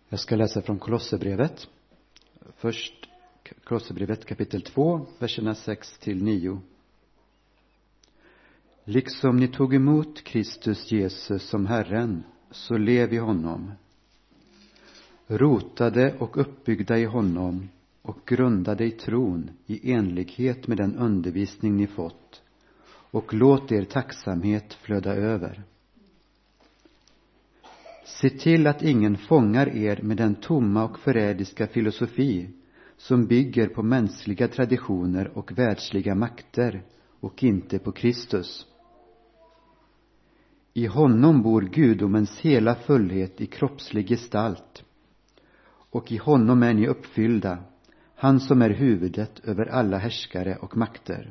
Jag ska läsa från Kolosserbrevet. Först Kolosserbrevet kapitel 2, verserna 6-9. Liksom ni tog emot Kristus Jesus som Herren, så lev i honom. Rotade och uppbyggda i honom och grundade i tron i enlighet med den undervisning ni fått. Och låt er tacksamhet flöda över. Se till att ingen fångar er med den tomma och förrädiska filosofi som bygger på mänskliga traditioner och världsliga makter och inte på Kristus. I honom bor gudomens hela fullhet i kroppslig gestalt, och i honom är ni uppfyllda, han som är huvudet över alla härskare och makter.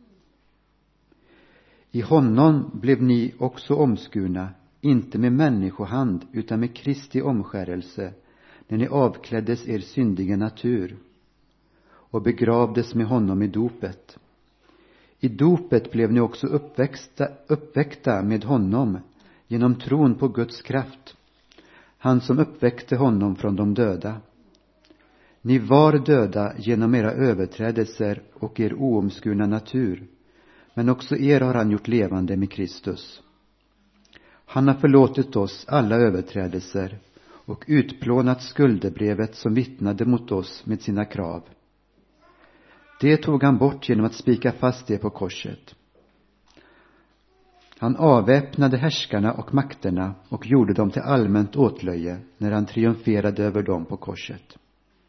I honom blev ni också omskurna, inte med människohand utan med Kristi omskärelse, när ni avkläddes er syndiga natur och begravdes med honom i dopet. I dopet blev ni också uppväckta med honom genom tron på Guds kraft, han som uppväckte honom från de döda. Ni var döda genom era överträdelser och er oomskurna natur, men också er har han gjort levande med Kristus. Han har förlåtit oss alla överträdelser och utplånat skuldebrevet som vittnade mot oss med sina krav. Det tog han bort genom att spika fast det på korset. Han avväpnade härskarna och makterna och gjorde dem till allmänt åtlöje när han triumferade över dem på korset.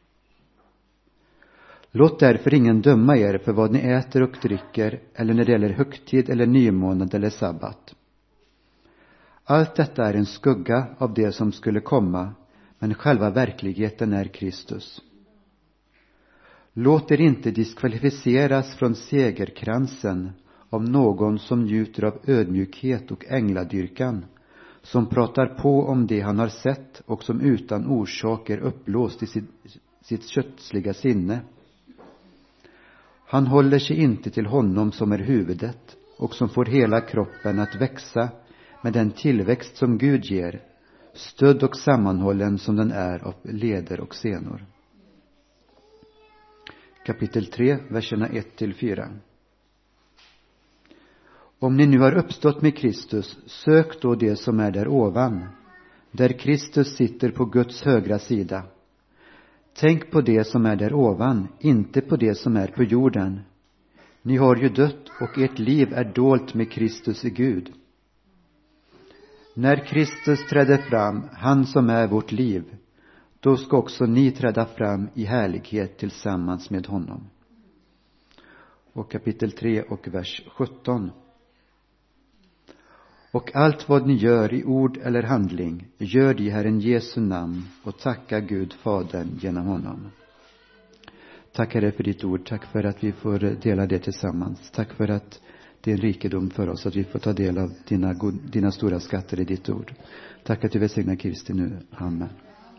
Låt därför ingen döma er för vad ni äter och dricker, eller när det gäller högtid eller nymånad eller sabbat. Allt detta är en skugga av det som skulle komma, men själva verkligheten är Kristus. Låt er inte diskvalificeras från segerkransen av någon som njuter av ödmjukhet och ängladyrkan, som pratar på om det han har sett och som utan orsak är upplåst i sitt kötsliga sinne. Han håller sig inte till honom som är huvudet och som får hela kroppen att växa med den tillväxt som Gud ger, stödd och sammanhållen som den är av leder och senor. Kapitel 3, verserna 1-4. Om ni nu har uppstått med Kristus, sök då det som är där ovan, där Kristus sitter på Guds högra sida. Tänk på det som är där ovan, inte på det som är på jorden. Ni har ju dött och ert liv är dolt med Kristus i Gud. När Kristus träder fram, han som är vårt liv, då ska också ni träda fram i härlighet tillsammans med honom. Och kapitel 3 och vers 17. Och allt vad ni gör i ord eller handling, gör det i Herren Jesu namn och tacka Gud Fadern genom honom. Tack Herre för ditt ord, tack för att vi får dela det tillsammans. Tack för att det är en rikedom för oss att vi får ta del av dina stora skatter i ditt ord. Tack att du välsignar Kristi nu. Amen.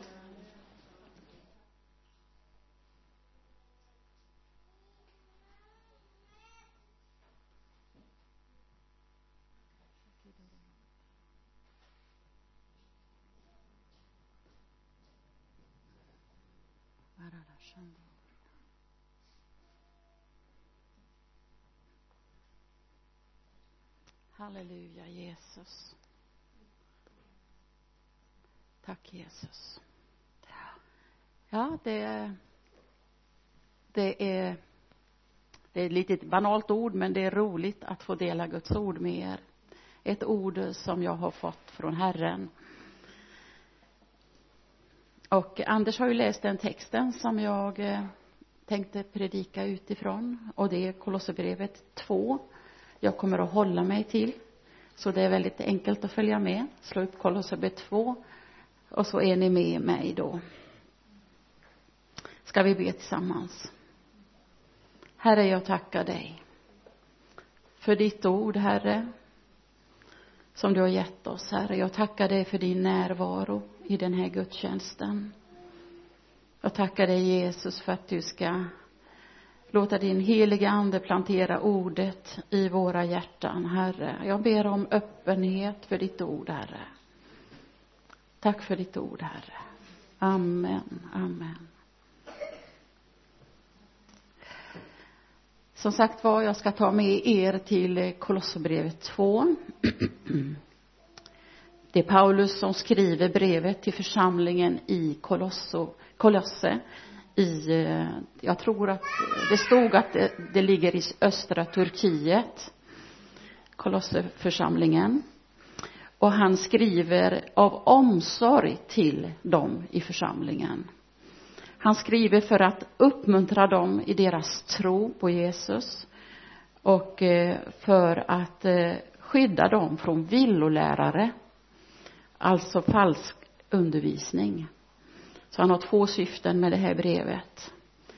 Halleluja Jesus. Tack Jesus. Ja, det är ett litet banalt ord, men det är roligt att få dela Guds ord med er. Ett ord som jag har fått från Herren. Och Anders har ju läst den texten som jag tänkte predika utifrån. Och det är Kolosserbrevet 2. Jag kommer att hålla mig till. Så det är väldigt enkelt att följa med. Slå upp Kolosserbrevet 2. Och så är ni med mig då. Ska vi be tillsammans. Herre, jag tackar dig för ditt ord, Herre, som du har gett oss, Herre. Jag tackar dig för din närvaro i den här gudstjänsten. Jag tackar dig, Jesus, för att du ska låta din heliga ande plantera ordet i våra hjärtan, Herre. Jag ber om öppenhet för ditt ord, Herre. Tack för ditt ord, Herre. Amen, amen. Som sagt var, jag ska ta med er till Kolosserbrevet 2. Det är Paulus som skriver brevet till församlingen i Kolosse. Jag tror att det stod att det ligger i östra Turkiet, Kolosseförsamlingen. Och han skriver av omsorg till dem i församlingen. Han skriver för att uppmuntra dem i deras tro på Jesus. Och för att skydda dem från villolärare. Alltså falsk undervisning. Så han har 2 syften med det här brevet.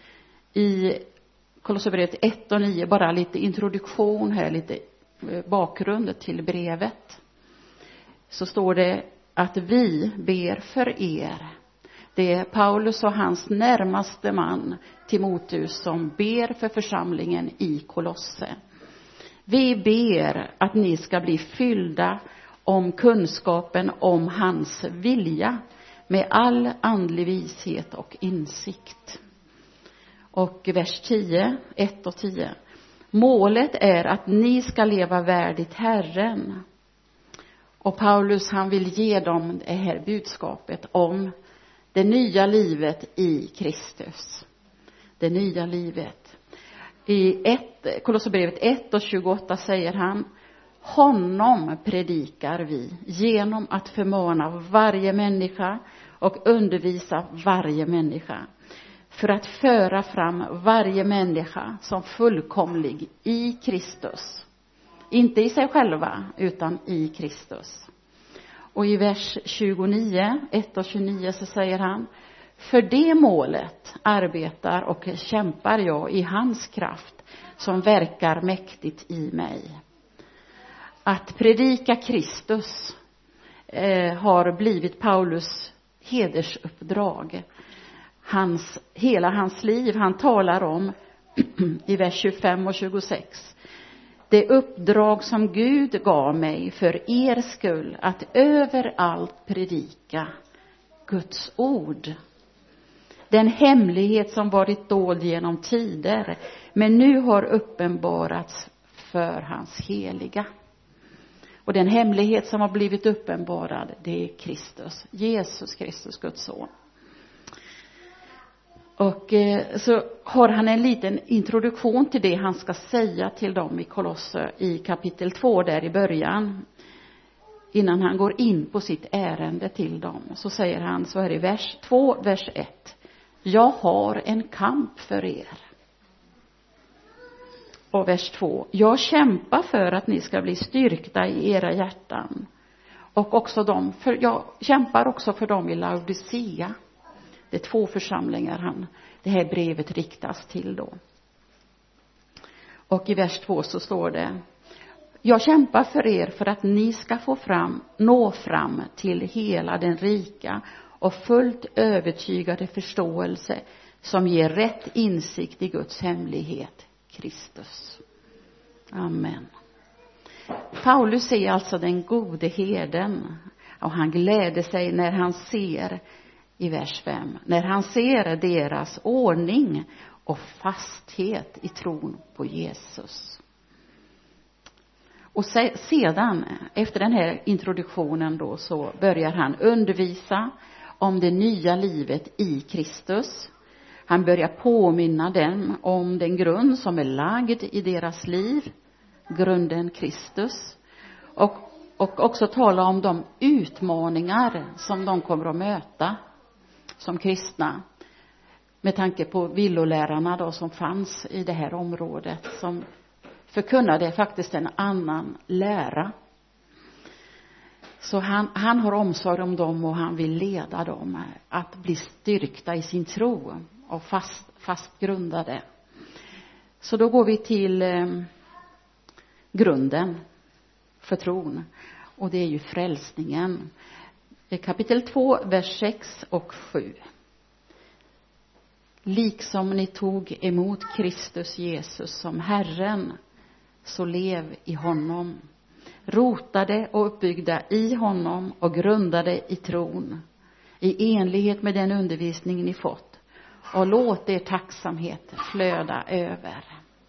I Kolosserbrevet 1 och 9, bara lite introduktion här, lite bakgrund till brevet. Så står det att vi ber för er. Det är Paulus och hans närmaste man Timoteus som ber för församlingen i Kolosse. Vi ber att ni ska bli fyllda om kunskapen om hans vilja med all andlig vishet och insikt. Och vers 10, 1 och 10. Målet är att ni ska leva värdigt Herren. Och Paulus, han vill ge dem det här budskapet om det nya livet i Kristus. Det nya livet. I Kolosserbrevet 1 och 28 säger han: honom predikar vi genom att förmana varje människa och undervisa varje människa. För att föra fram varje människa som fullkomlig i Kristus. Inte i sig själva, utan i Kristus. Och i vers 29, 1 och 29 så säger han: för det målet arbetar och kämpar jag i hans kraft som verkar mäktigt i mig. Att predika Kristus har blivit Paulus hedersuppdrag. Hela hans liv, han talar om i vers 25 och 26. Det uppdrag som Gud gav mig för er skull att överallt predika Guds ord. Den hemlighet som varit dold genom tider, men nu har uppenbarats för hans heliga. Och den hemlighet som har blivit uppenbarad, det är Kristus, Jesus Kristus, Guds son. Och så har han en liten introduktion till det han ska säga till dem i Kolosse i kapitel 2 där i början. Innan han går in på sitt ärende till dem så säger han så här i vers 2, vers 1. Jag har en kamp för er. Och vers 2. Jag kämpar för att ni ska bli styrkta i era hjärtan. Och också jag kämpar också för dem i Laodicea. Det är 2 församlingar det här brevet riktas till då. Och i vers 2 så står det: jag kämpar för er för att ni ska nå fram till hela den rika och fullt övertygade förståelse som ger rätt insikt i Guds hemlighet, Kristus. Amen. Paulus är alltså den gode herden, och han gläder sig när han ser i vers 5, när han ser deras ordning och fasthet i tron på Jesus. Och sedan, efter den här introduktionen då, så börjar han undervisa om det nya livet i Kristus. Han börjar påminna dem om den grund som är lagd i deras liv, grunden Kristus. Och också tala om de utmaningar som de kommer att möta som kristna. Med tanke på villolärarna då som fanns i det här området, som förkunnade faktiskt en annan lära. Så han har omsorg om dem och han vill leda dem att bli styrkta i sin tro och fast grundade. Så då går vi till grunden för tron, och det är ju frälsningen. I kapitel 2, vers 6 och 7. Liksom ni tog emot Kristus Jesus som Herren, så lev i honom. Rotade och uppbyggda i honom och grundade i tron. i enlighet med den undervisning ni fått. Och låt er tacksamhet flöda över.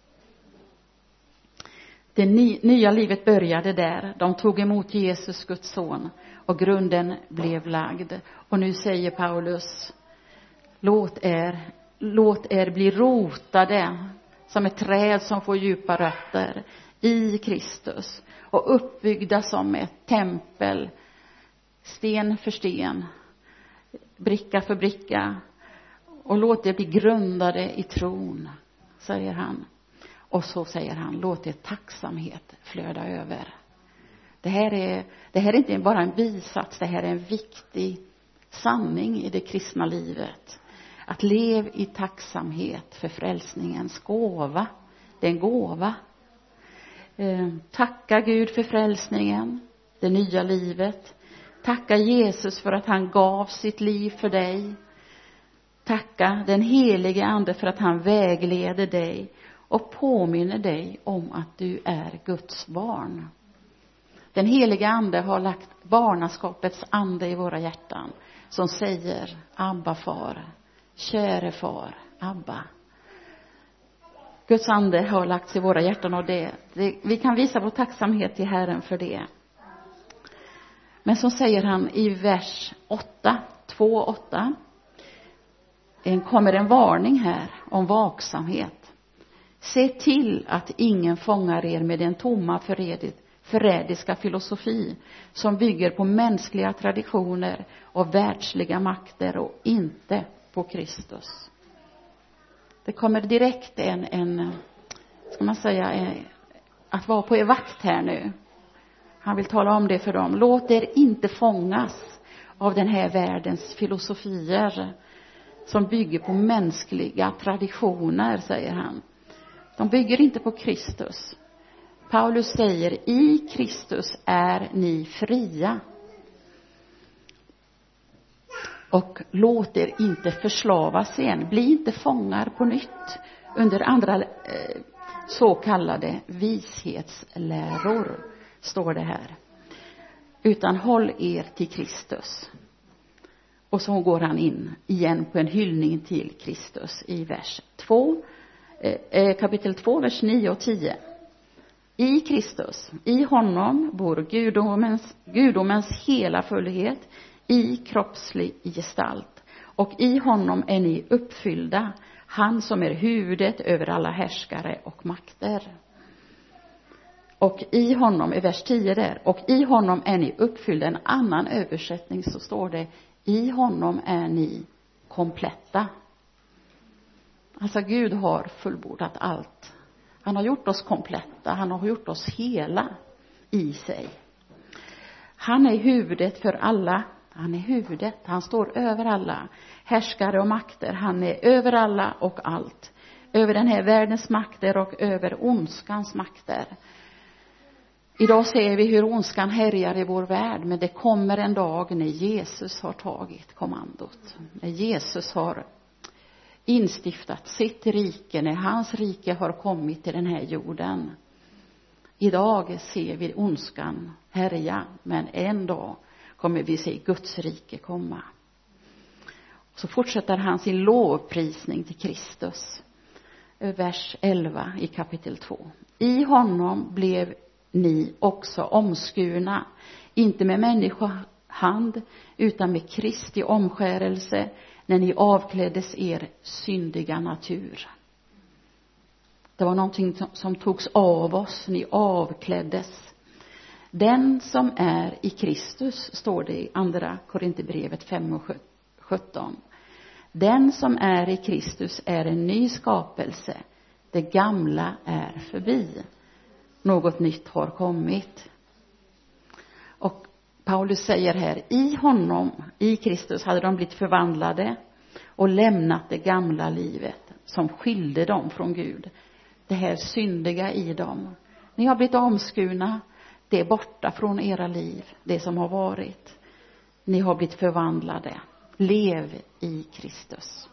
Det nya livet började där. De tog emot Jesus, Guds son. Och grunden blev lagd. Och nu säger Paulus, låt er bli rotade som ett träd som får djupa rötter i Kristus. Och uppbyggda som ett tempel, sten för sten, bricka för bricka. Och låt er bli grundade i tron, säger han. Och så säger han, låt er tacksamhet flöda över. Det här är inte bara en bisats, det här är en viktig sanning i det kristna livet. Att leva i tacksamhet för frälsningens gåva. Det är en gåva. Tacka Gud för frälsningen, det nya livet. Tacka Jesus för att han gav sitt liv för dig. Tacka den helige ande för att han vägleder dig och påminner dig om att du är Guds barn. Den helige ande har lagt barnaskapets ande i våra hjärtan som säger Abba far, käre far, Abba. Guds ande har lagts i våra hjärtan och vi kan visa vår tacksamhet till Herren för det. Men så säger han i vers 8, 2:8, kommer en varning här om vaksamhet. Se till att ingen fångar er med den tomma förrädiska filosofi som bygger på mänskliga traditioner och världsliga makter och inte på Kristus. Det kommer direkt ska man säga, att vara på er vakt här nu. Han vill tala om det för dem. Låt er inte fångas av den här världens filosofier som bygger på mänskliga traditioner, säger han. De bygger inte på Kristus. Paulus säger, i Kristus är ni fria. Och låt er inte förslavas igen. Bli inte fångar på nytt under andra så kallade vishetsläror, står det här. Utan håll er till Kristus. Och så går han in igen på en hyllning till Kristus i kapitel 2, vers 9 och 10. I Kristus, i honom bor gudomens hela fullhet i kroppslig gestalt. Och i honom är ni uppfyllda, han som är huvudet över alla härskare och makter. Och i honom, i vers 10 där, och i honom är ni uppfyllda. En annan översättning så står det, i honom är ni kompletta. Alltså Gud har fullbordat allt. Han har gjort oss kompletta, han har gjort oss hela i sig. Han är huvudet för alla. Han är huvudet, han står över alla härskare och makter. Han är över alla och allt. Över den här världens makter och över ondskans makter. Idag ser vi hur ondskan härjar i vår värld. Men det kommer en dag när Jesus har tagit kommandot. När Jesus har instiftat sitt rike. När hans rike har kommit till den här jorden. Idag ser vi ondskan härja. Men en dag kommer vi se Guds rike komma. Så fortsätter han sin lovprisning till Kristus. Vers 11 i kapitel 2. I honom blev ni också omskurna, inte med människohand utan med Kristi omskärelse, när ni avkläddes er syndiga natur. Det var någonting som togs av oss, ni avkläddes. Den som är i Kristus, står det i andra Korinthierbrevet 5:17. Den som är i Kristus är en ny skapelse. Det gamla är förbi. Något nytt har kommit. Och Paulus säger här, i honom, i Kristus hade de blivit förvandlade och lämnat det gamla livet som skilde dem från Gud. Det här syndiga i dem. Ni har blivit omskurna, det är borta från era liv, det som har varit. Ni har blivit förvandlade. Lev i Kristus.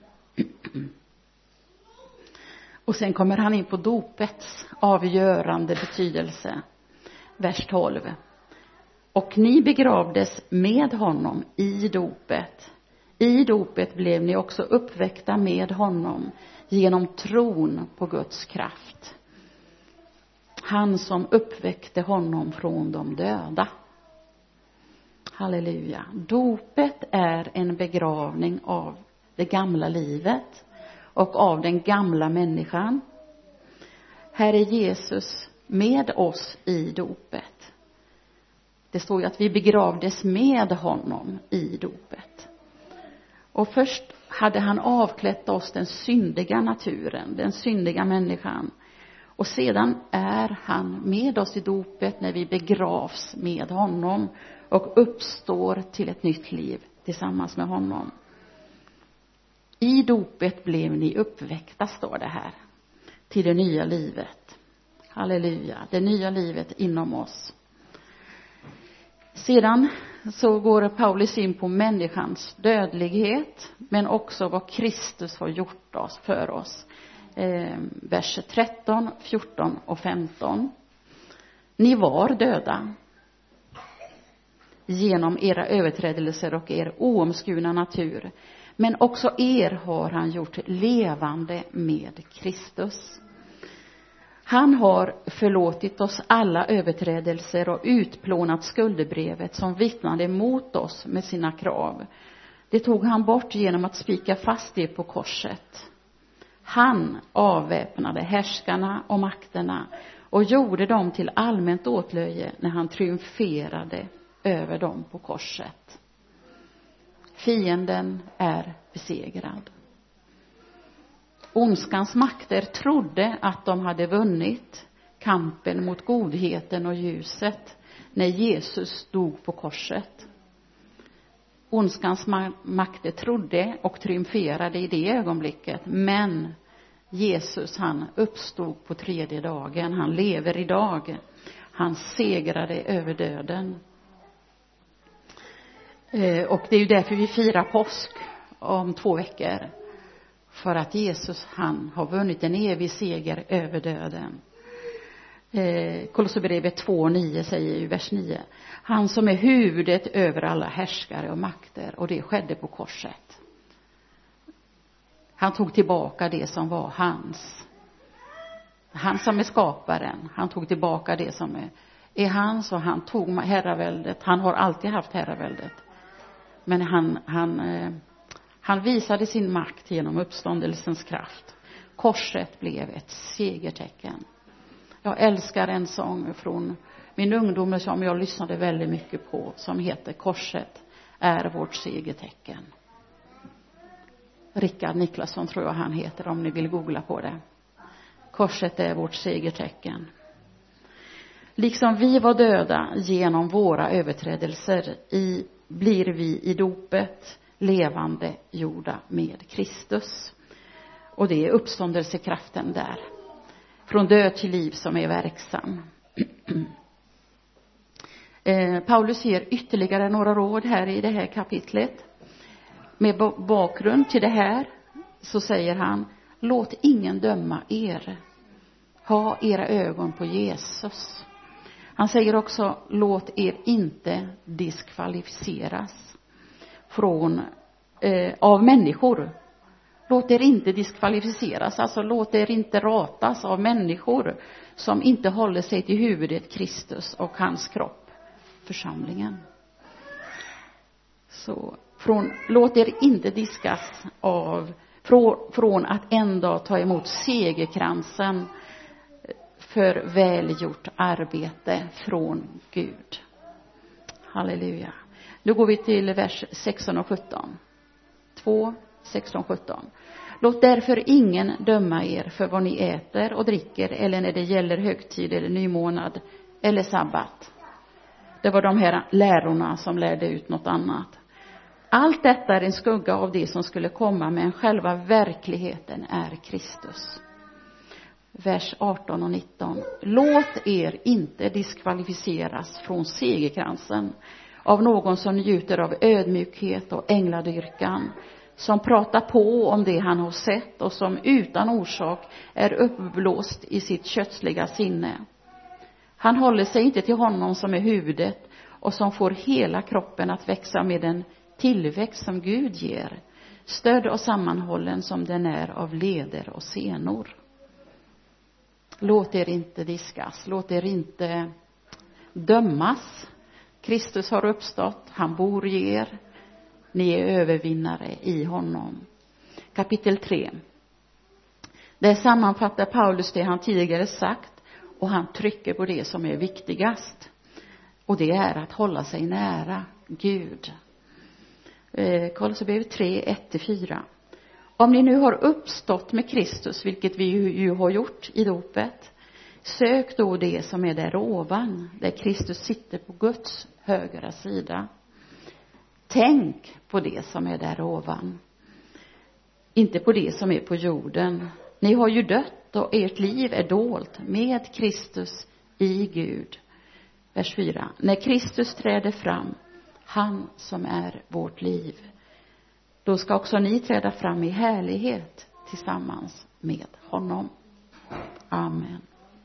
Och sen kommer han in på dopets avgörande betydelse. Vers 12. Och ni begravdes med honom i dopet. I dopet blev ni också uppväckta med honom genom tron på Guds kraft. Han som uppväckte honom från de döda. Halleluja. Dopet är en begravning av det gamla livet och av den gamla människan. Här är Jesus med oss i dopet. Det står ju att vi begravdes med honom i dopet. Och först hade han avklätt oss den syndiga naturen, den syndiga människan. Och sedan är han med oss i dopet när vi begravs med honom och uppstår till ett nytt liv tillsammans med honom. I dopet blev ni uppväckta, står det här, till det nya livet. Halleluja, det nya livet inom oss. Sedan så går Paulus in på människans dödlighet, men också vad Kristus har gjort oss för oss. Vers 13, 14 och 15. Ni var döda genom era överträdelser och er oomskurna natur, men också er har han gjort levande med Kristus. Han har förlåtit oss alla överträdelser och utplånat skuldebrevet som vittnade mot oss med sina krav. Det tog han bort genom att spika fast det på korset. Han avväpnade härskarna och makterna och gjorde dem till allmänt åtlöje när han triumferade över dem på korset. Fienden är besegrad. Ondskans makter trodde att de hade vunnit kampen mot godheten och ljuset när Jesus dog på korset. Ondskans makter trodde och triumferade i det ögonblicket, men Jesus, han uppstod på tredje dagen. Han lever idag. Han segrade över döden. Och det är ju därför vi firar påsk om 2 veckor. För att Jesus, han har vunnit en evig seger över döden. Kolosserbrevet 2:9 säger i vers 9. Han som är huvudet över alla härskare och makter. Och det skedde på korset. Han tog tillbaka det som var hans. Han som är skaparen. Han tog tillbaka det som är hans. Och han tog herraväldet. Han har alltid haft herraväldet. Men han visade sin makt genom uppståndelsens kraft. Korset blev ett segertecken. Jag älskar en sång från min ungdom som jag lyssnade väldigt mycket på, som heter Korset är vårt segertecken. Rickard Niklasson tror jag han heter, om ni vill googla på det. Korset är vårt segertecken. Liksom vi var döda genom våra överträdelser blir vi i dopet levande gjorda med Kristus. Och det är uppståndelsekraften där. Från död till liv som är verksam. Paulus ger ytterligare några råd här i det här kapitlet. Med bakgrund till det här så säger han: låt ingen döma er. Ha era ögon på Jesus. Han säger också: låt er inte diskvalificeras av människor. Låt er inte diskvalificeras, alltså låt er inte ratas av människor som inte håller sig till huvudet Kristus och hans kropp, församlingen. Så låt er inte diskas från att en dag ta emot segerkransen för välgjort arbete från Gud. Halleluja. Nu går vi till vers 16 och 17. 2, 16, 17. Låt därför ingen döma er för vad ni äter och dricker, eller när det gäller högtid eller nymånad eller sabbat. Det var de här lärorna som lärde ut något annat. Allt detta är en skugga av det som skulle komma, men själva verkligheten är Kristus. Vers 18 och 19. Låt er inte diskvalificeras från segerkransen av någon som njuter av ödmjukhet och ängladyrkan, som pratar på om det han har sett och som utan orsak är uppblåst i sitt kötsliga sinne. Han håller sig inte till honom som är huvudet, och som får hela kroppen att växa med den tillväxt som Gud ger, stödd och sammanhållen som den är av leder och senor. Låt er inte diskas, låt er inte dömas. Kristus har uppstått, han bor i er, ni är övervinnare i honom. Kapitel 3. Där sammanfattar Paulus det han tidigare sagt, och han trycker på det som är viktigast. Och det är att hålla sig nära Gud. Kolosserbrevet 3, 1-4. Om ni nu har uppstått med Kristus, vilket vi ju har gjort i dopet, sök då det som är där ovan, där Kristus sitter på Guds högra sida. Tänk på det som är där ovan, inte på det som är på jorden. Ni har ju dött och ert liv är dolt med Kristus i Gud. Vers 4. När Kristus träder fram, han som är vårt liv, då ska också ni träda fram i härlighet tillsammans med honom. Amen.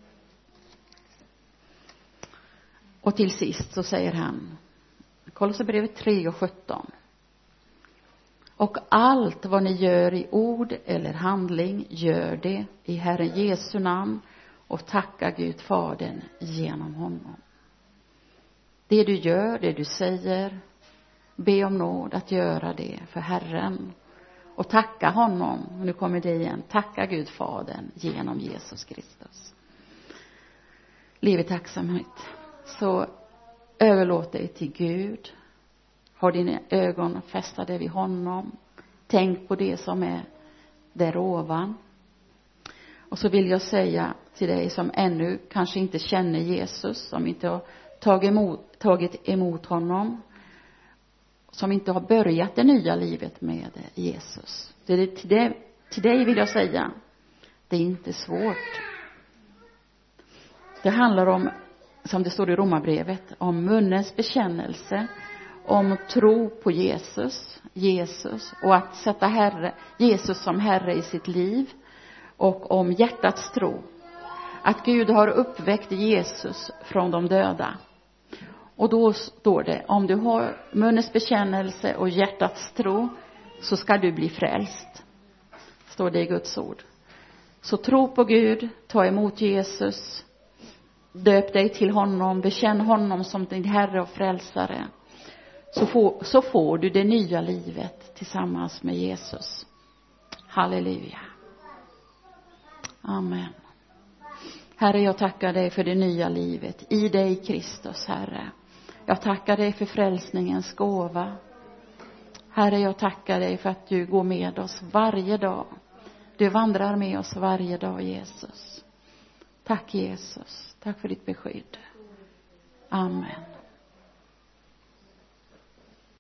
Och till sist så säger han, Kolosserbrevet 3 och 17. Och allt vad ni gör i ord eller handling, gör det i Herren Jesu namn och tacka Gud Fadern genom honom. Det du gör, det du säger, be om nåd att göra det för Herren. Och tacka honom, och nu kommer det igen, tacka Gud Fadern genom Jesus Kristus. Lev i tacksamhet. Så överlåt dig till Gud. Har dina ögon fästade vid honom. Tänk på det som är där ovan. Och så vill jag säga till dig som ännu kanske inte känner Jesus, som inte har tagit emot honom, som inte har börjat det nya livet med Jesus. Till dig vill jag säga, det är inte svårt. Det handlar om, som det står i Romarbrevet, om munnens bekännelse, om tro på Jesus och att sätta Jesus som Herre i sitt liv, och om hjärtats tro. Att Gud har uppväckt Jesus från de döda. Och då står det, om du har munnens bekännelse och hjärtats tro, så ska du bli frälst. Står det i Guds ord. Så tro på Gud, ta emot Jesus, döp dig till honom, bekänn honom som din Herre och frälsare. Så får du det nya livet tillsammans med Jesus. Halleluja. Amen. Herre, jag tackar dig för det nya livet i dig Kristus, Herre. Jag tackar dig för frälsningens gåva. Herre, jag tackar dig för att du går med oss varje dag. Du vandrar med oss varje dag, Jesus. Tack Jesus. Tack för ditt beskydd. Amen.